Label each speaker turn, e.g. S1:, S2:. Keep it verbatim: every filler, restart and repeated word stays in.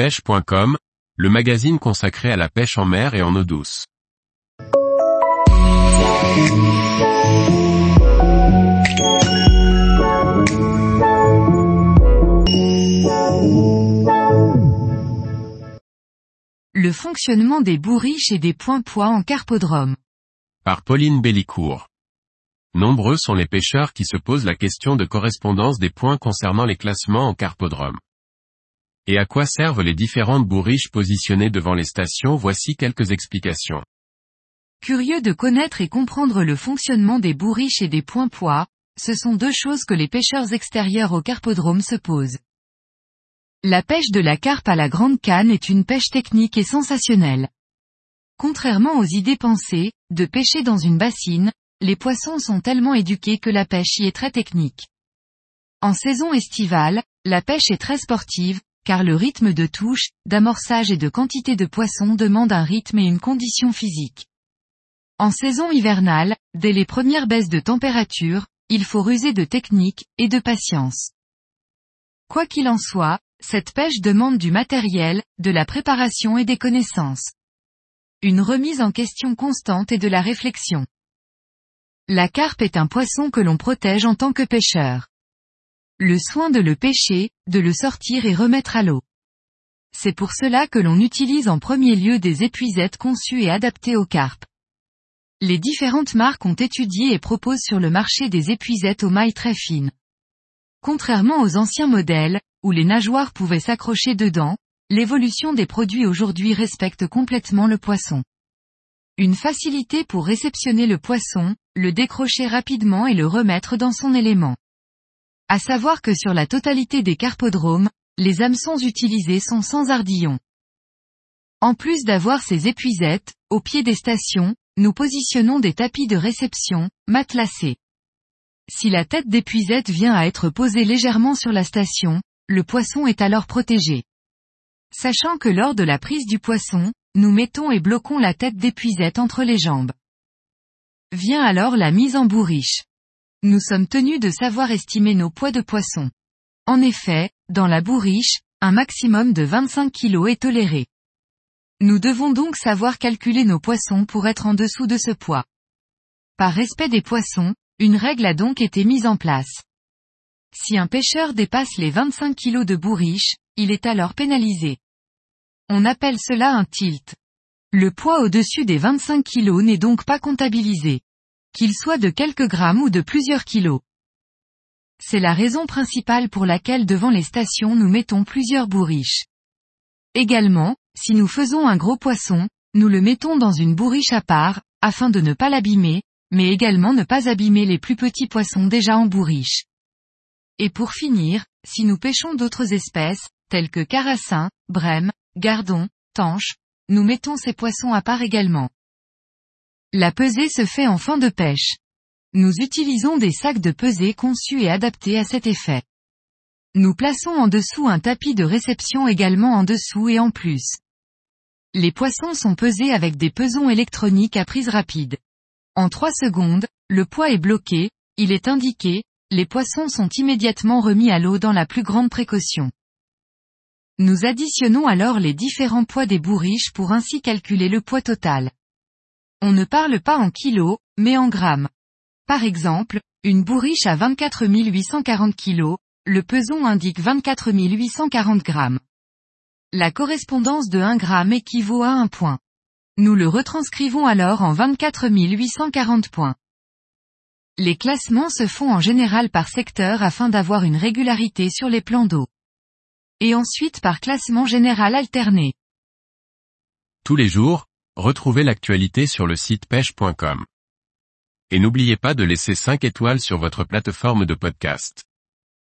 S1: pêche point com, le magazine consacré à la pêche en mer et en eau douce.
S2: Le fonctionnement des bourriches et des points-poids en carpodrome.
S1: Par Pauline Bellicourt. Nombreux sont les pêcheurs qui se posent la question de correspondance des points concernant les classements en carpodrome. Et à quoi servent les différentes bourriches positionnées devant les stations? Voici quelques explications.
S2: Curieux de connaître et comprendre le fonctionnement des bourriches et des points-poids, ce sont deux choses que les pêcheurs extérieurs au carpodrome se posent. La pêche de la carpe à la grande canne est une pêche technique et sensationnelle. Contrairement aux idées pensées, de pêcher dans une bassine, les poissons sont tellement éduqués que la pêche y est très technique. En saison estivale, la pêche est très sportive, car le rythme de touche, d'amorçage et de quantité de poissons demande un rythme et une condition physique. En saison hivernale, dès les premières baisses de température, il faut ruser de technique et de patience. Quoi qu'il en soit, cette pêche demande du matériel, de la préparation et des connaissances. Une remise en question constante et de la réflexion. La carpe est un poisson que l'on protège en tant que pêcheur. Le soin de le pêcher, de le sortir et remettre à l'eau. C'est pour cela que l'on utilise en premier lieu des épuisettes conçues et adaptées aux carpes. Les différentes marques ont étudié et proposent sur le marché des épuisettes aux mailles très fines. Contrairement aux anciens modèles, où les nageoires pouvaient s'accrocher dedans, l'évolution des produits aujourd'hui respecte complètement le poisson. Une facilité pour réceptionner le poisson, le décrocher rapidement et le remettre dans son élément. À savoir que sur la totalité des carpodromes, les hameçons utilisés sont sans ardillon. En plus d'avoir ces épuisettes, au pied des stations, nous positionnons des tapis de réception, matelassés. Si la tête d'épuisette vient à être posée légèrement sur la station, le poisson est alors protégé. Sachant que lors de la prise du poisson, nous mettons et bloquons la tête d'épuisette entre les jambes. Vient alors la mise en bourriche. Nous sommes tenus de savoir estimer nos poids de poisson. En effet, dans la bourriche, un maximum de vingt-cinq kilos est toléré. Nous devons donc savoir calculer nos poissons pour être en dessous de ce poids. Par respect des poissons, une règle a donc été mise en place. Si un pêcheur dépasse les vingt-cinq kilos de bourriche, il est alors pénalisé. On appelle cela un tilt. Le poids au-dessus des vingt-cinq kilos n'est donc pas comptabilisé. Qu'il soit de quelques grammes ou de plusieurs kilos. C'est la raison principale pour laquelle devant les stations nous mettons plusieurs bourriches. Également, si nous faisons un gros poisson, nous le mettons dans une bourriche à part, afin de ne pas l'abîmer, mais également ne pas abîmer les plus petits poissons déjà en bourriche. Et pour finir, si nous pêchons d'autres espèces, telles que carassins, brèmes, gardons, tanches, nous mettons ces poissons à part également. La pesée se fait en fin de pêche. Nous utilisons des sacs de pesée conçus et adaptés à cet effet. Nous plaçons en dessous un tapis de réception également en dessous et en plus. Les poissons sont pesés avec des pesons électroniques à prise rapide. En trois secondes, le poids est bloqué, il est indiqué, les poissons sont immédiatement remis à l'eau dans la plus grande précaution. Nous additionnons alors les différents poids des bourriches pour ainsi calculer le poids total. On ne parle pas en kilos, mais en grammes. Par exemple, une bourriche à vingt-quatre mille huit cent quarante kilos, le peson indique vingt-quatre mille huit cent quarante grammes. La correspondance de un gramme équivaut à un point. Nous le retranscrivons alors en vingt-quatre mille huit cent quarante points. Les classements se font en général par secteur afin d'avoir une régularité sur les plans d'eau. Et ensuite par classement général alterné.
S1: Tous les jours, retrouvez l'actualité sur le site pêche point com. Et n'oubliez pas de laisser cinq étoiles sur votre plateforme de podcast.